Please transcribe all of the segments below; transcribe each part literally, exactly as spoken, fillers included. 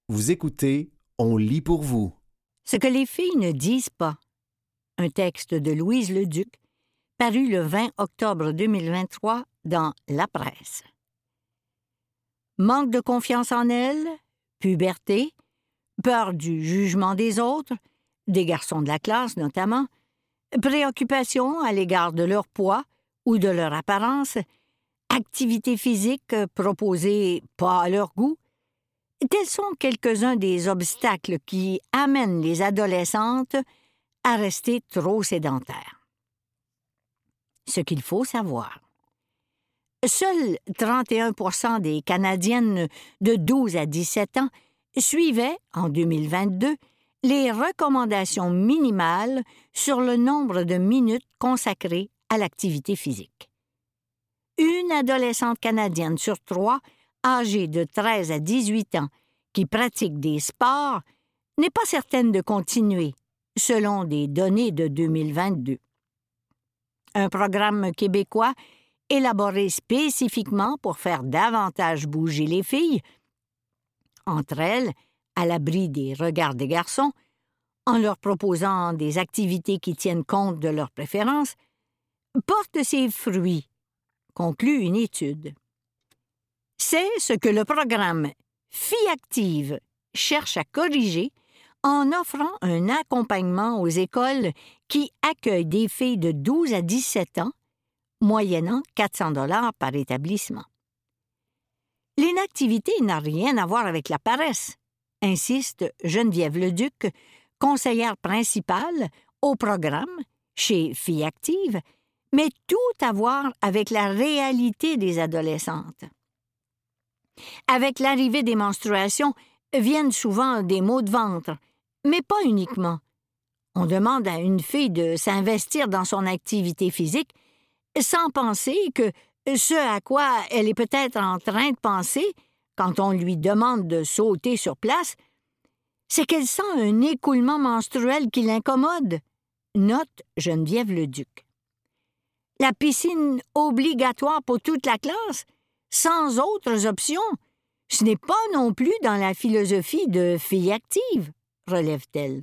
Vous écoutez, on lit pour vous. Ce que les filles ne disent pas. Un texte de Louise Leduc, paru le vingt octobre deux mille vingt-trois dans La Presse. Manque de confiance en elles, puberté, peur du jugement des autres, des garçons de la classe notamment, préoccupation à l'égard de leur poids ou de leur apparence, activité physique proposée pas à leur goût. Tels sont quelques-uns des obstacles qui amènent les adolescentes à rester trop sédentaires. Ce qu'il faut savoir. Seuls trente et un pour cent des Canadiennes de douze à dix-sept ans suivaient, en deux mille vingt-deux, les recommandations minimales sur le nombre de minutes consacrées à l'activité physique. Une adolescente canadienne sur trois, âgée de treize à dix-huit ans, qui pratique des sports, n'est pas certaine de continuer, selon des données de deux mille vingt-deux. Un programme québécois élaboré spécifiquement pour faire davantage bouger les filles, entre elles, à l'abri des regards des garçons, en leur proposant des activités qui tiennent compte de leurs préférences, porte ses fruits, conclut une étude. C'est ce que le programme Filles actives cherche à corriger en offrant un accompagnement aux écoles qui accueillent des filles de douze à dix-sept ans, moyennant quatre cents dollars par établissement. L'inactivité n'a rien à voir avec la paresse, insiste Geneviève Leduc, conseillère principale au programme chez Filles actives, mais tout à voir avec la réalité des adolescentes. Avec l'arrivée des menstruations viennent souvent des maux de ventre, mais pas uniquement. On demande à une fille de s'investir dans son activité physique sans penser que ce à quoi elle est peut-être en train de penser quand on lui demande de sauter sur place, c'est qu'elle sent un écoulement menstruel qui l'incommode, note Geneviève Leduc. La piscine obligatoire pour toute la classe, sans autres options, ce n'est pas non plus dans la philosophie de Filles actives, relève-t-elle.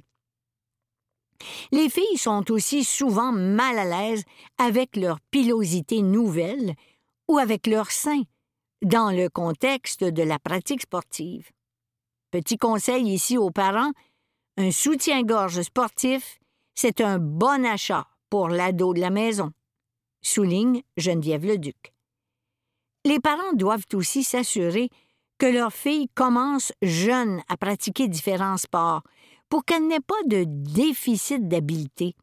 Les filles sont aussi souvent mal à l'aise avec leur pilosité nouvelle ou avec leur sein, dans le contexte de la pratique sportive. Petit conseil ici aux parents, un soutien-gorge sportif, c'est un bon achat pour l'ado de la maison, souligne Geneviève Leduc. Les parents doivent aussi s'assurer que leur fille commence jeune à pratiquer différents sports pour qu'elle n'ait pas de déficit d'habileté.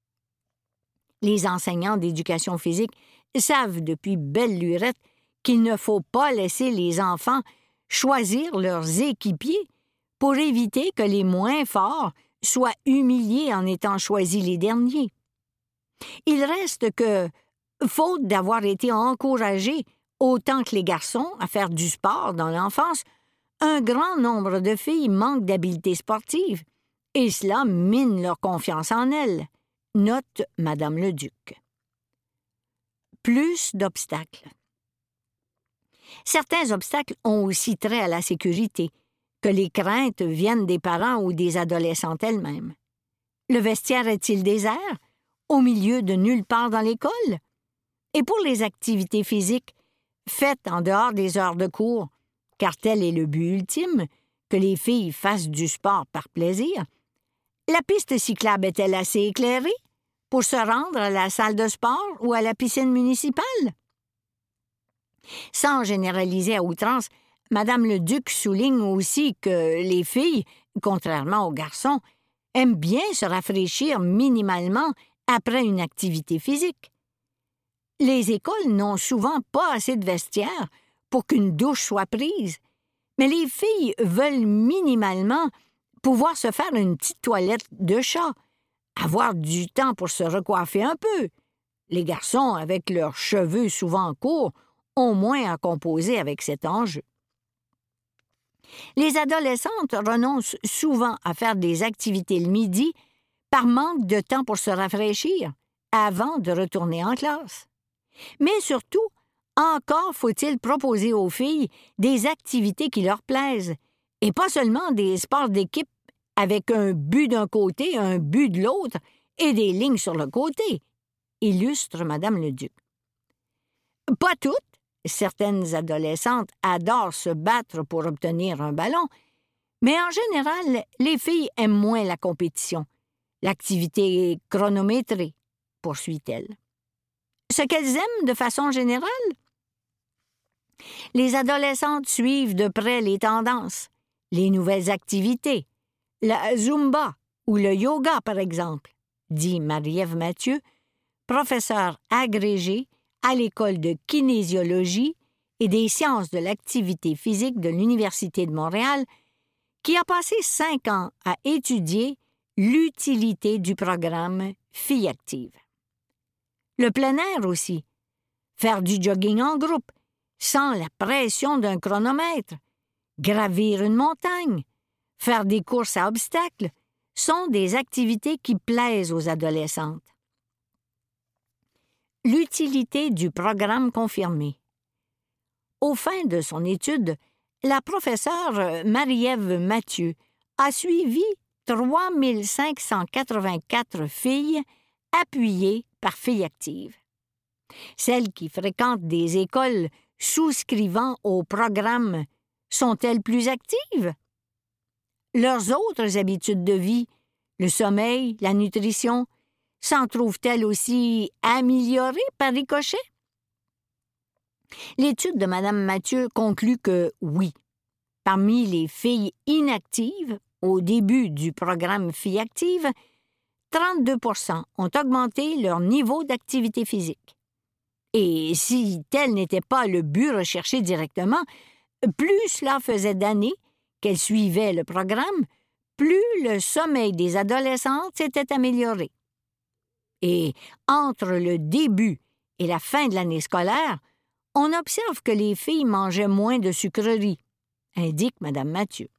Les enseignants d'éducation physique savent depuis belle lurette qu'il ne faut pas laisser les enfants choisir leurs équipiers pour éviter que les moins forts soient humiliés en étant choisis les derniers. Il reste que, faute d'avoir été encouragés autant que les garçons à faire du sport dans l'enfance, un grand nombre de filles manquent d'habileté sportive, et cela mine leur confiance en elles, note Madame Leduc. Plus d'obstacles. Certains obstacles ont aussi trait à la sécurité, que les craintes viennent des parents ou des adolescentes elles-mêmes. Le vestiaire est-il désert, au milieu de nulle part dans l'école? Et pour les activités physiques, faites en dehors des heures de cours, car tel est le but ultime, que les filles fassent du sport par plaisir, la piste cyclable est-elle assez éclairée pour se rendre à la salle de sport ou à la piscine municipale? Sans généraliser à outrance, Madame Leduc souligne aussi que les filles, contrairement aux garçons, aiment bien se rafraîchir minimalement après une activité physique. Les écoles n'ont souvent pas assez de vestiaires pour qu'une douche soit prise, mais les filles veulent minimalement pouvoir se faire une petite toilette de chat, avoir du temps pour se recoiffer un peu. Les garçons, avec leurs cheveux souvent courts, ont moins à composer avec cet enjeu. Les adolescentes renoncent souvent à faire des activités le midi par manque de temps pour se rafraîchir avant de retourner en classe. Mais surtout, encore faut-il proposer aux filles des activités qui leur plaisent Et pas seulement des sports d'équipe avec un but d'un côté, un but de l'autre et des lignes sur le côté, illustre Madame Leduc. Pas toutes. Certaines adolescentes adorent se battre pour obtenir un ballon, mais en général, les filles aiment moins la compétition, l'activité chronométrée, poursuit-elle. Ce qu'elles aiment de façon générale? Les adolescentes suivent de près les tendances, les nouvelles activités, la Zumba ou le yoga, par exemple, dit Marie-Ève Mathieu, professeure agrégée à l'École de kinésiologie et des sciences de l'activité physique de l'Université de Montréal, qui a passé cinq ans à étudier l'utilité du programme Filles actives. Le plein air aussi, faire du jogging en groupe, sans la pression d'un chronomètre, gravir une montagne, faire des courses à obstacles, sont des activités qui plaisent aux adolescentes. L'utilité du programme confirmé. Au fin de son étude, la professeure Marie-Ève Mathieu a suivi trois mille cinq cent quatre-vingt-quatre filles appuyées par Filles actives. Celles qui fréquentent des écoles souscrivant au programme sont-elles plus actives? Leurs autres habitudes de vie, le sommeil, la nutrition, s'en trouvent-elles aussi améliorées par ricochet? L'étude de Mme Mathieu conclut que oui, parmi les filles inactives au début du programme Filles actives, trente-deux pour cent ont augmenté leur niveau d'activité physique. Et si tel n'était pas le but recherché directement, plus cela faisait d'années qu'elles suivaient le programme, plus le sommeil des adolescentes s'était amélioré. Et entre le début et la fin de l'année scolaire, on observe que les filles mangeaient moins de sucreries, indique Mme Mathieu.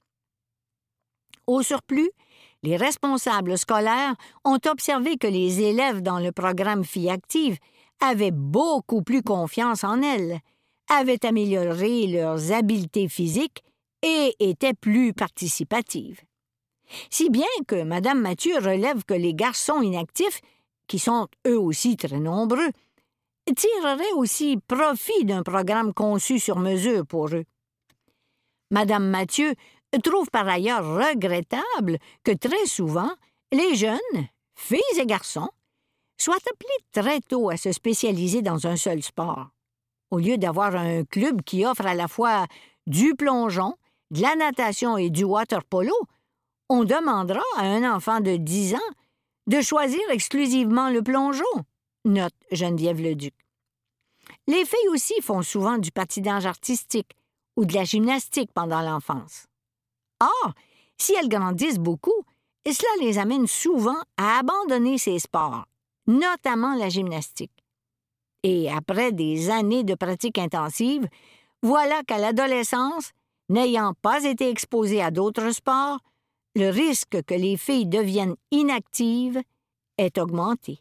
Au surplus, les responsables scolaires ont observé que les élèves dans le programme Filles actives avaient beaucoup plus confiance en elles, avaient amélioré leurs habiletés physiques et étaient plus participatives. Si bien que Mme Mathieu relève que les garçons inactifs, qui sont eux aussi très nombreux, tireraient aussi profit d'un programme conçu sur mesure pour eux. Mme Mathieu trouve par ailleurs regrettable que très souvent, les jeunes, filles et garçons, soient appelés très tôt à se spécialiser dans un seul sport. Au lieu d'avoir un club qui offre à la fois du plongeon, de la natation et du water polo, on demandera à un enfant de dix ans de choisir exclusivement le plongeon, note Geneviève Leduc. Les filles aussi font souvent du patinage artistique ou de la gymnastique pendant l'enfance. Or, si elles grandissent beaucoup, cela les amène souvent à abandonner ces sports, notamment la gymnastique. Et après des années de pratique intensive, voilà qu'à l'adolescence, n'ayant pas été exposées à d'autres sports, le risque que les filles deviennent inactives est augmenté.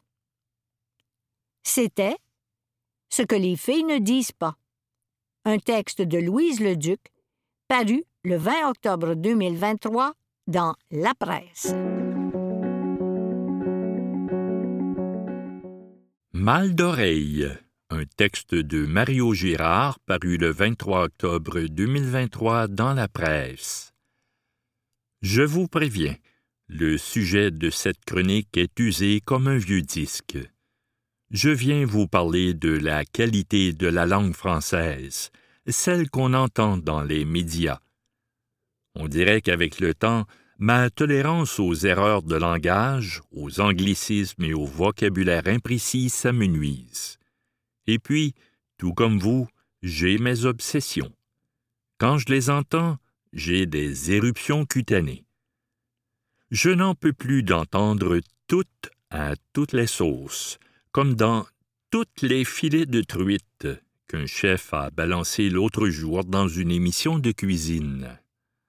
C'était « Ce que les filles ne disent pas », un texte de Louise Leduc, paru le vingt octobre deux mille vingt-trois dans La Presse. Mal d'oreille, un texte de Mario Girard, paru le vingt-trois octobre deux mille vingt-trois dans La Presse. Je vous préviens, le sujet de cette chronique est usé comme un vieux disque. Je viens vous parler de la qualité de la langue française, celle qu'on entend dans les médias. On dirait qu'avec le temps, ma tolérance aux erreurs de langage, aux anglicismes et au vocabulaire imprécis s'amenuise. Et puis, tout comme vous, j'ai mes obsessions. Quand je les entends, j'ai des éruptions cutanées. Je n'en peux plus d'entendre toutes à toutes les sauces, comme dans toutes les filets de truite qu'un chef a balancé l'autre jour dans une émission de cuisine.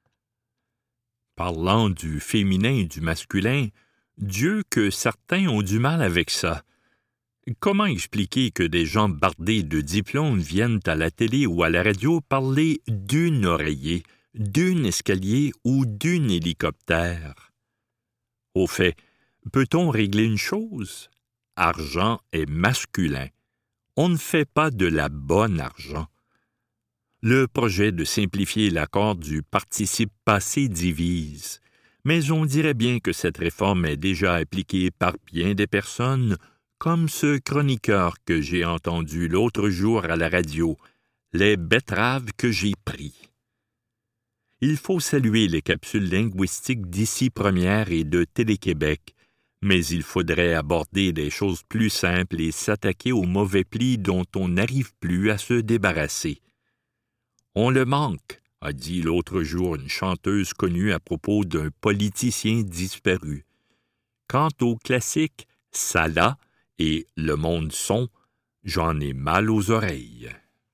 Parlant du féminin et du masculin, Dieu que certains ont du mal avec ça. Comment expliquer que des gens bardés de diplômes viennent à la télé ou à la radio parler d'une oreiller d'un escalier ou d'un hélicoptère. Au fait, peut-on régler une chose? Argent est masculin. On ne fait pas de la bonne argent. Le projet de simplifier l'accord du participe passé divise, mais on dirait bien que cette réforme est déjà appliquée par bien des personnes, comme ce chroniqueur que j'ai entendu l'autre jour à la radio, les betteraves que j'ai pris. Il faut saluer les capsules linguistiques d'Ici Première et de Télé-Québec, mais il faudrait aborder des choses plus simples et s'attaquer aux mauvais plis dont on n'arrive plus à se débarrasser. On le manque, a dit l'autre jour une chanteuse connue à propos d'un politicien disparu. Quant aux classiques « Ça là » et « Le monde son », j'en ai mal aux oreilles.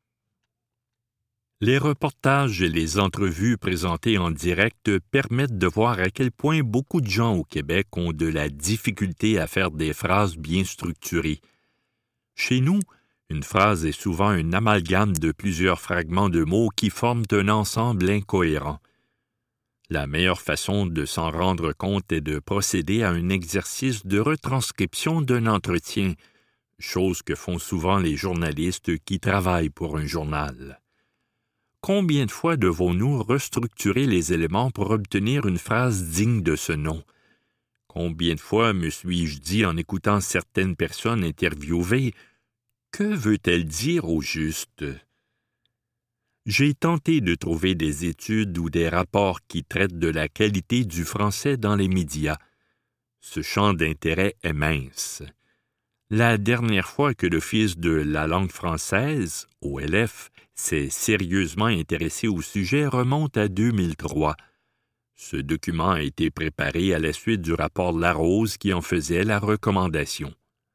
Les reportages et les entrevues présentées en direct permettent de voir à quel point beaucoup de gens au Québec ont de la difficulté à faire des phrases bien structurées. Chez nous, une phrase est souvent un amalgame de plusieurs fragments de mots qui forment un ensemble incohérent. La meilleure façon de s'en rendre compte est de procéder à un exercice de retranscription d'un entretien, chose que font souvent les journalistes qui travaillent pour un journal. Combien de fois devons-nous restructurer les éléments pour obtenir une phrase digne de ce nom? Combien de fois me suis-je dit en écoutant certaines personnes interviewées « Que veut-elle dire au juste? » J'ai tenté de trouver des études ou des rapports qui traitent de la qualité du français dans les médias. Ce champ d'intérêt est mince. La dernière fois que l'Office de la langue française, O L F, s'est sérieusement intéressé au sujet remonte à deux mille trois. Ce document a été préparé à la suite du rapport Larose qui en faisait la recommandation.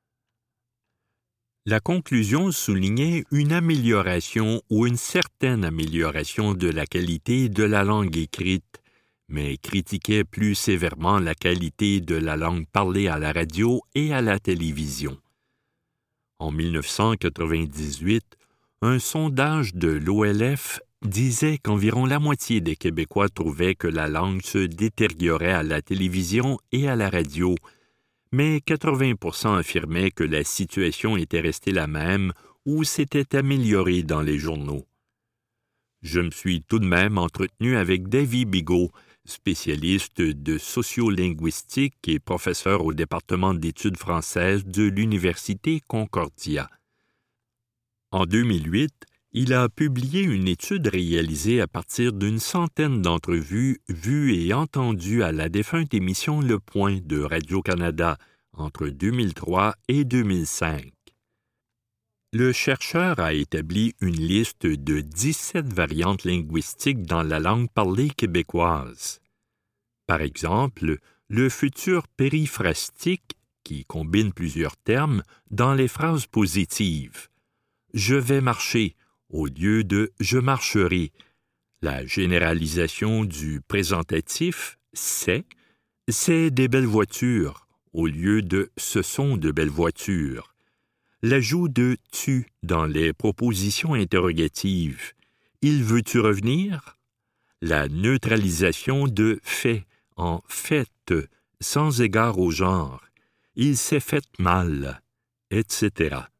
La conclusion soulignait une amélioration ou une certaine amélioration de la qualité de la langue écrite, mais critiquait plus sévèrement la qualité de la langue parlée à la radio et à la télévision. En mille neuf cent quatre-vingt-dix-huit, un sondage de l'O L F disait qu'environ la moitié des Québécois trouvaient que la langue se détériorait à la télévision et à la radio, mais quatre-vingts pour cent affirmaient que la situation était restée la même ou s'était améliorée dans les journaux. Je me suis tout de même entretenu avec Davy Bigot, spécialiste de sociolinguistique et professeur au département d'études françaises de l'Université Concordia. En deux mille huit, il a publié une étude réalisée à partir d'une centaine d'entrevues vues et entendues à la défunte émission Le Point de Radio-Canada entre deux mille trois et deux mille cinq. Le chercheur a établi une liste de dix-sept variantes linguistiques dans la langue parlée québécoise. Par exemple, le futur périphrastique, qui combine plusieurs termes, dans les phrases positives. « Je vais marcher » au lieu de « je marcherai ». La généralisation du présentatif « c'est » c'est des belles voitures au lieu de « ce sont de belles voitures ». L'ajout de « tu » dans les propositions interrogatives « il veut-tu revenir ?» La neutralisation de « fait » en « fait » sans égard au genre « il s'est fait mal », et cetera.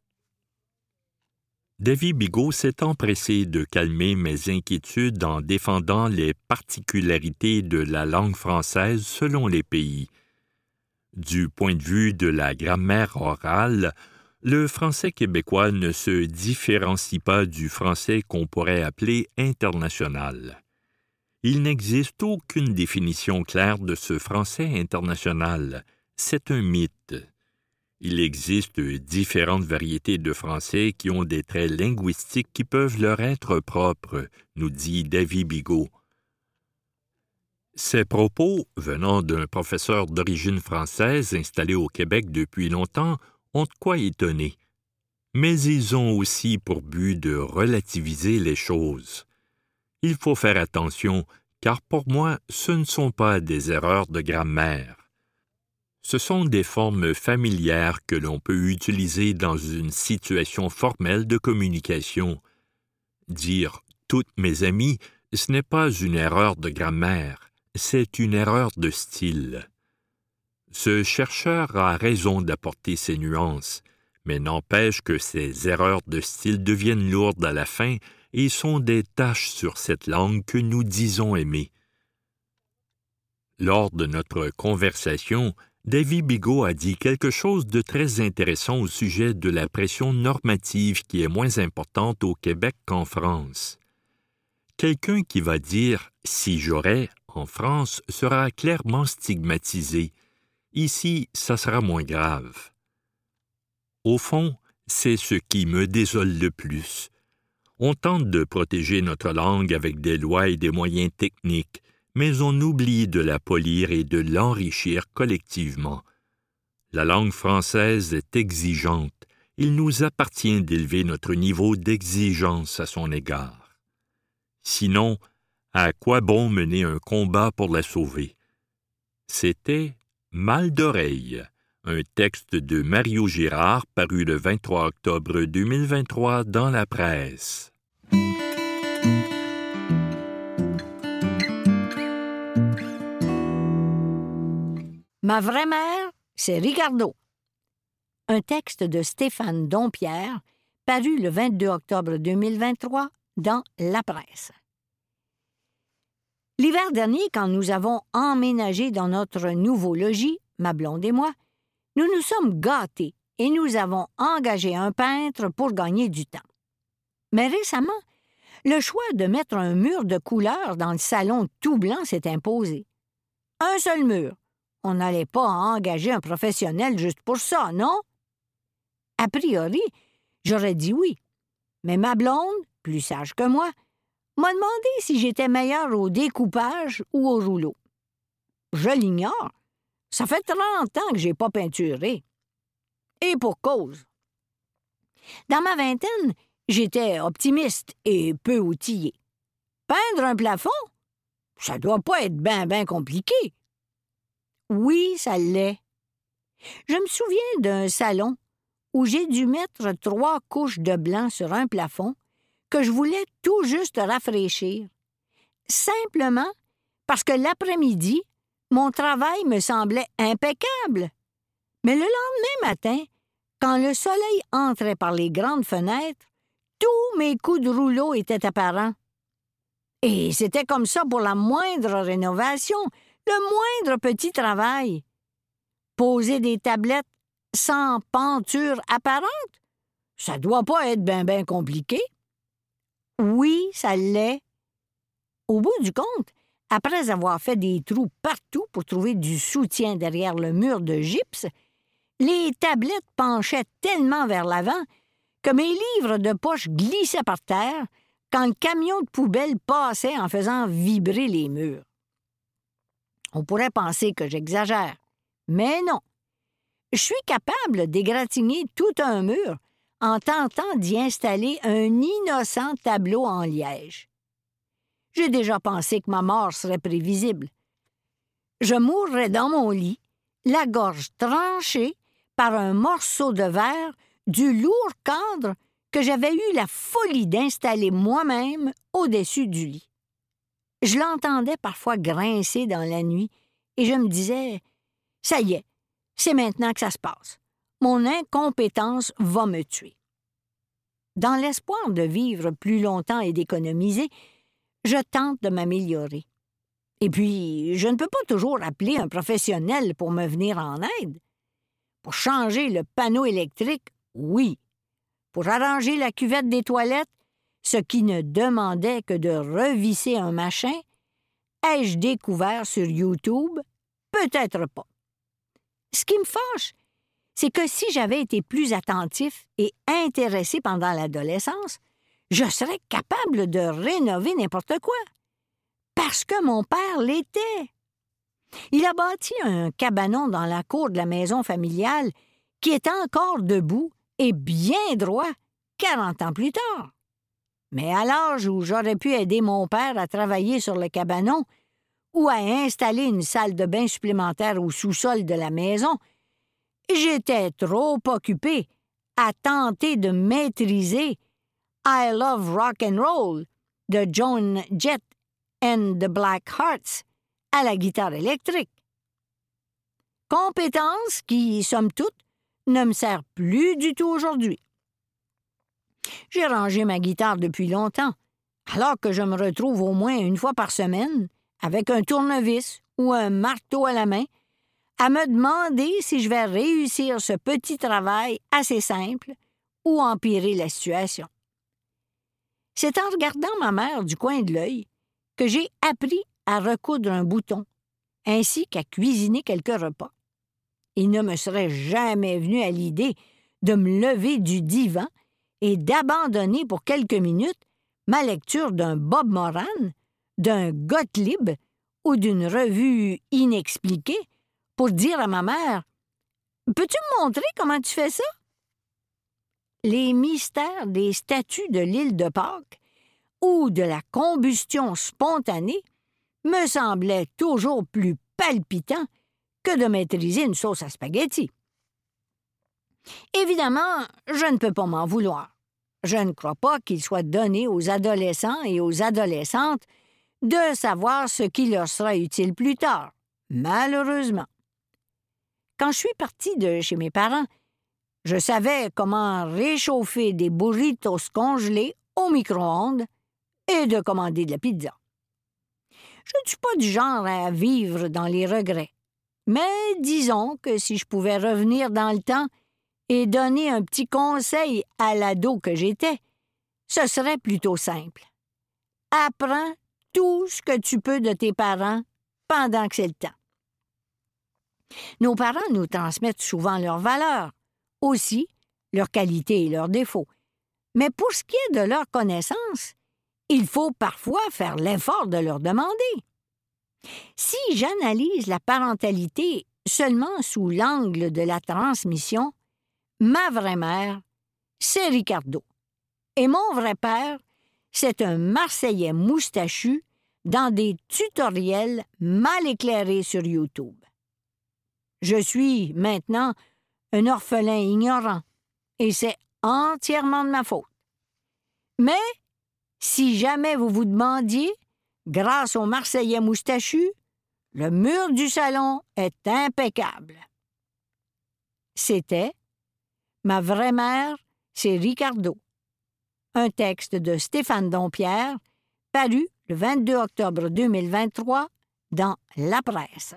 Davy Bigot s'est empressé de calmer mes inquiétudes en défendant les particularités de la langue française selon les pays. Du point de vue de la grammaire orale, le français québécois ne se différencie pas du français qu'on pourrait appeler international. Il n'existe aucune définition claire de ce français international. C'est un mythe. Il existe différentes variétés de français qui ont des traits linguistiques qui peuvent leur être propres, nous dit Davy Bigot. Ces propos, venant d'un professeur d'origine française installé au Québec depuis longtemps, ont de quoi étonner. Mais ils ont aussi pour but de relativiser les choses. Il faut faire attention, car pour moi, ce ne sont pas des erreurs de grammaire. Ce sont des formes familières que l'on peut utiliser dans une situation formelle de communication. Dire « toutes mes amies », ce n'est pas une erreur de grammaire, c'est une erreur de style. Ce chercheur a raison d'apporter ces nuances, mais n'empêche que ces erreurs de style deviennent lourdes à la fin et sont des taches sur cette langue que nous disons aimer. Lors de notre conversation, Davy Bigot a dit quelque chose de très intéressant au sujet de la pression normative qui est moins importante au Québec qu'en France. Quelqu'un qui va dire « si j'aurais » en France sera clairement stigmatisé. Ici, ça sera moins grave. Au fond, c'est ce qui me désole le plus. On tente de protéger notre langue avec des lois et des moyens techniques, mais on oublie de la polir et de l'enrichir collectivement. La langue française est exigeante. Il nous appartient d'élever notre niveau d'exigence à son égard. Sinon, à quoi bon mener un combat pour la sauver? C'était Mal d'oreille, un texte de Mario Girard paru le vingt-trois octobre deux mille vingt-trois dans la presse. Ma vraie mère, c'est Ricardo. Un texte de Stéphane Dompierre, paru le vingt-deux octobre deux mille vingt-trois dans La Presse. L'hiver dernier, quand nous avons emménagé dans notre nouveau logis, ma blonde et moi, nous nous sommes gâtés et nous avons engagé un peintre pour gagner du temps. Mais récemment, le choix de mettre un mur de couleur dans le salon tout blanc s'est imposé. Un seul mur. On n'allait pas engager un professionnel juste pour ça, non? A priori, j'aurais dit oui. Mais ma blonde, plus sage que moi, m'a demandé si j'étais meilleure au découpage ou au rouleau. Je l'ignore. Ça fait trente ans que j'ai pas peinturé. Et pour cause. Dans ma vingtaine, j'étais optimiste et peu outillée. Peindre un plafond? Ça doit pas être ben ben compliqué. Oui, ça l'est. Je me souviens d'un salon où j'ai dû mettre trois couches de blanc sur un plafond que je voulais tout juste rafraîchir. Simplement parce que l'après-midi, mon travail me semblait impeccable. Mais le lendemain matin, quand le soleil entrait par les grandes fenêtres, tous mes coups de rouleau étaient apparents. Et c'était comme ça pour la moindre rénovation, le moindre petit travail. Poser des tablettes sans penture apparente, ça doit pas être ben ben compliqué. Oui, ça l'est. Au bout du compte, après avoir fait des trous partout pour trouver du soutien derrière le mur de gypse, les tablettes penchaient tellement vers l'avant que mes livres de poche glissaient par terre quand le camion de poubelle passait en faisant vibrer les murs. On pourrait penser que j'exagère, mais non. Je suis capable d'égratigner tout un mur en tentant d'y installer un innocent tableau en liège. J'ai déjà pensé que ma mort serait prévisible. Je mourrais dans mon lit, la gorge tranchée par un morceau de verre du lourd cadre que j'avais eu la folie d'installer moi-même au-dessus du lit. Je l'entendais parfois grincer dans la nuit et je me disais « Ça y est, c'est maintenant que ça se passe. Mon incompétence va me tuer. » Dans l'espoir de vivre plus longtemps et d'économiser, je tente de m'améliorer. Et puis, je ne peux pas toujours appeler un professionnel pour me venir en aide. Pour changer le panneau électrique, oui. Pour arranger la cuvette des toilettes, ce qui ne demandait que de revisser un machin, ai-je découvert sur YouTube? Peut-être pas. Ce qui me fâche, c'est que si j'avais été plus attentif et intéressé pendant l'adolescence, je serais capable de rénover n'importe quoi. Parce que mon père l'était. Il a bâti un cabanon dans la cour de la maison familiale qui est encore debout et bien droit quarante ans plus tard. Mais à l'âge où j'aurais pu aider mon père à travailler sur le cabanon ou à installer une salle de bain supplémentaire au sous-sol de la maison, j'étais trop occupé à tenter de maîtriser I Love Rock and Roll de Joan Jett and the Black Hearts à la guitare électrique. Compétence qui, somme toute, ne me sert plus du tout aujourd'hui. J'ai rangé ma guitare depuis longtemps, alors que je me retrouve au moins une fois par semaine, avec un tournevis ou un marteau à la main, à me demander si je vais réussir ce petit travail assez simple ou empirer la situation. C'est en regardant ma mère du coin de l'œil que j'ai appris à recoudre un bouton, ainsi qu'à cuisiner quelques repas. Il ne me serait jamais venu à l'idée de me lever du divan et d'abandonner pour quelques minutes ma lecture d'un Bob Moran, d'un Gottlieb ou d'une revue inexpliquée pour dire à ma mère « Peux-tu me montrer comment tu fais ça? » Les mystères des statues de l'île de Pâques ou de la combustion spontanée me semblaient toujours plus palpitants que de maîtriser une sauce à spaghetti. Évidemment, je ne peux pas m'en vouloir. Je ne crois pas qu'il soit donné aux adolescents et aux adolescentes de savoir ce qui leur sera utile plus tard, malheureusement. Quand je suis partie de chez mes parents, je savais comment réchauffer des burritos congelés au micro-ondes et de commander de la pizza. Je ne suis pas du genre à vivre dans les regrets, mais disons que si je pouvais revenir dans le temps et donner un petit conseil à l'ado que j'étais, ce serait plutôt simple. Apprends tout ce que tu peux de tes parents pendant que c'est le temps. Nos parents nous transmettent souvent leurs valeurs, aussi leurs qualités et leurs défauts. Mais pour ce qui est de leur connaissance, il faut parfois faire l'effort de leur demander. Si j'analyse la parentalité seulement sous l'angle de la transmission, ma vraie mère, c'est Ricardo. Et mon vrai père, c'est un Marseillais moustachu dans des tutoriels mal éclairés sur YouTube. Je suis, maintenant, un orphelin ignorant, et c'est entièrement de ma faute. Mais, si jamais vous vous demandiez, grâce au Marseillais moustachu, le mur du salon est impeccable. C'était « Ma vraie mère, c'est Ricardo », un texte de Stéphane Dompierre, paru le vingt-deux octobre deux mille vingt-trois dans La Presse.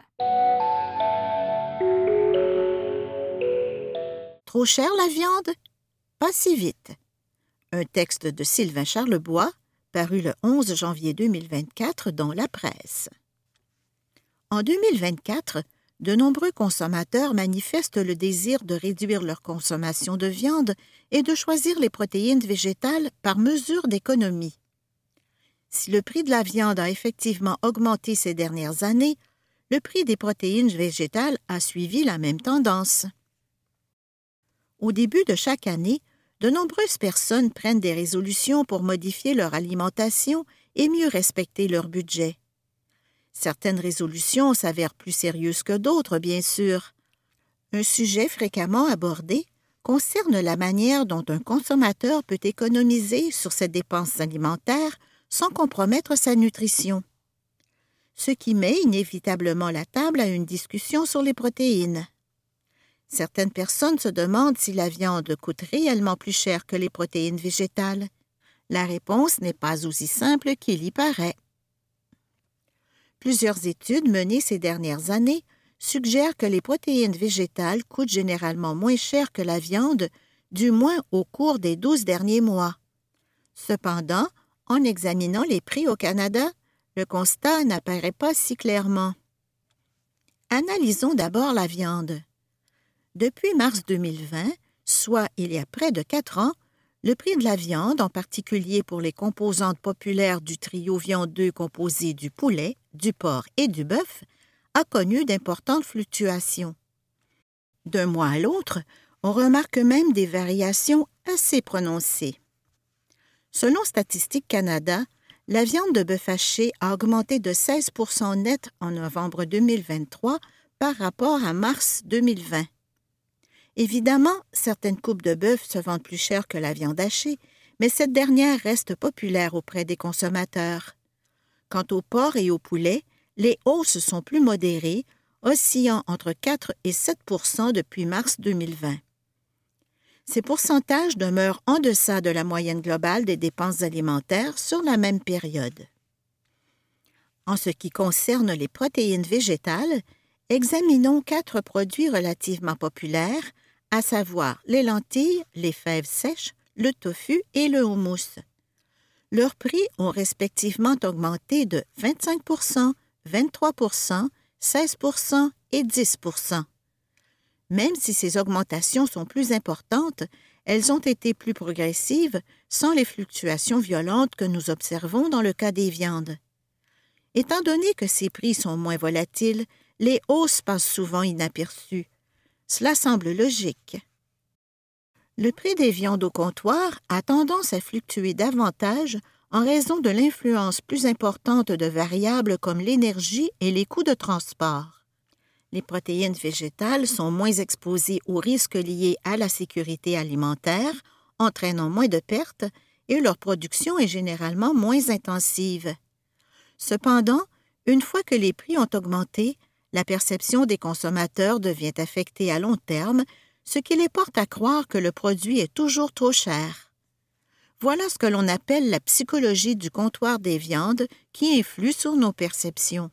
Trop cher la viande? Pas si vite. Un texte de Sylvain Charlebois, paru le onze janvier deux mille vingt-quatre dans La Presse. En deux mille vingt-quatre, de nombreux consommateurs manifestent le désir de réduire leur consommation de viande et de choisir les protéines végétales par mesure d'économie. Si le prix de la viande a effectivement augmenté ces dernières années, le prix des protéines végétales a suivi la même tendance. Au début de chaque année, de nombreuses personnes prennent des résolutions pour modifier leur alimentation et mieux respecter leur budget. Certaines résolutions s'avèrent plus sérieuses que d'autres, bien sûr. Un sujet fréquemment abordé concerne la manière dont un consommateur peut économiser sur ses dépenses alimentaires sans compromettre sa nutrition. Ce qui met inévitablement la table à une discussion sur les protéines. Certaines personnes se demandent si la viande coûte réellement plus cher que les protéines végétales. La réponse n'est pas aussi simple qu'il y paraît. Plusieurs études menées ces dernières années suggèrent que les protéines végétales coûtent généralement moins cher que la viande, du moins au cours des douze derniers mois. Cependant, en examinant les prix au Canada, le constat n'apparaît pas si clairement. Analysons d'abord la viande. Depuis mars deux mille vingt, soit il y a près de quatre ans, le prix de la viande, en particulier pour les composantes populaires du trio viandeux composé du poulet, du porc et du bœuf, a connu d'importantes fluctuations. D'un mois à l'autre, on remarque même des variations assez prononcées. Selon Statistique Canada, la viande de bœuf haché a augmenté de seize pour cent net en novembre deux mille vingt-trois par rapport à mars deux mille vingt. Évidemment, certaines coupes de bœuf se vendent plus cher que la viande hachée, mais cette dernière reste populaire auprès des consommateurs. Quant au porc et au poulet, les hausses sont plus modérées, oscillant entre quatre et sept pour cent depuis mars deux mille vingt. Ces pourcentages demeurent en deçà de la moyenne globale des dépenses alimentaires sur la même période. En ce qui concerne les protéines végétales, examinons quatre produits relativement populaires, à savoir les lentilles, les fèves sèches, le tofu et le houmous. Leurs prix ont respectivement augmenté de vingt-cinq pour cent, vingt-trois pour cent, seize pour cent et dix pour cent. Même si ces augmentations sont plus importantes, elles ont été plus progressives sans les fluctuations violentes que nous observons dans le cas des viandes. Étant donné que ces prix sont moins volatiles, les hausses passent souvent inaperçues. Cela semble logique. Le prix des viandes au comptoir a tendance à fluctuer davantage en raison de l'influence plus importante de variables comme l'énergie et les coûts de transport. Les protéines végétales sont moins exposées aux risques liés à la sécurité alimentaire, entraînant moins de pertes, et leur production est généralement moins intensive. Cependant, une fois que les prix ont augmenté, la perception des consommateurs devient affectée à long terme, ce qui les porte à croire que le produit est toujours trop cher. Voilà ce que l'on appelle la psychologie du comptoir des viandes qui influe sur nos perceptions.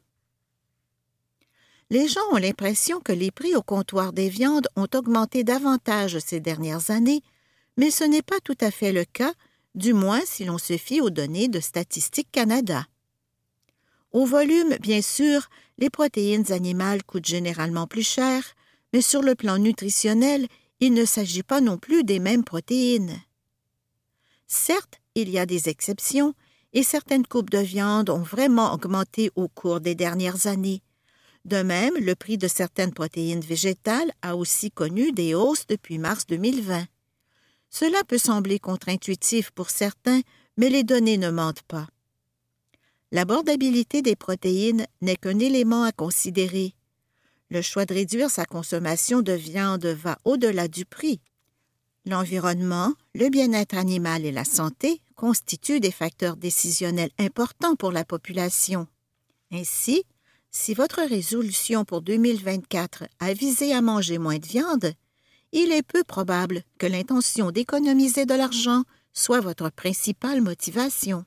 Les gens ont l'impression que les prix au comptoir des viandes ont augmenté davantage ces dernières années, mais ce n'est pas tout à fait le cas, du moins si l'on se fie aux données de Statistique Canada. Au volume, bien sûr, les protéines animales coûtent généralement plus cher, mais sur le plan nutritionnel, il ne s'agit pas non plus des mêmes protéines. Certes, il y a des exceptions, et certaines coupes de viande ont vraiment augmenté au cours des dernières années. De même, le prix de certaines protéines végétales a aussi connu des hausses depuis mars deux mille vingt. Cela peut sembler contre-intuitif pour certains, mais les données ne mentent pas. L'abordabilité des protéines n'est qu'un élément à considérer. Le choix de réduire sa consommation de viande va au-delà du prix. L'environnement, le bien-être animal et la santé constituent des facteurs décisionnels importants pour la population. Ainsi, si votre résolution pour deux mille vingt-quatre a visé à manger moins de viande, il est peu probable que l'intention d'économiser de l'argent soit votre principale motivation.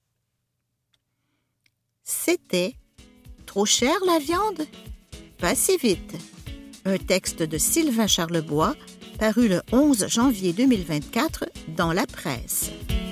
C'était « Trop cher la viande? Pas si vite ». Un texte de Sylvain Charlebois paru le onze janvier deux mille vingt-quatre dans la presse.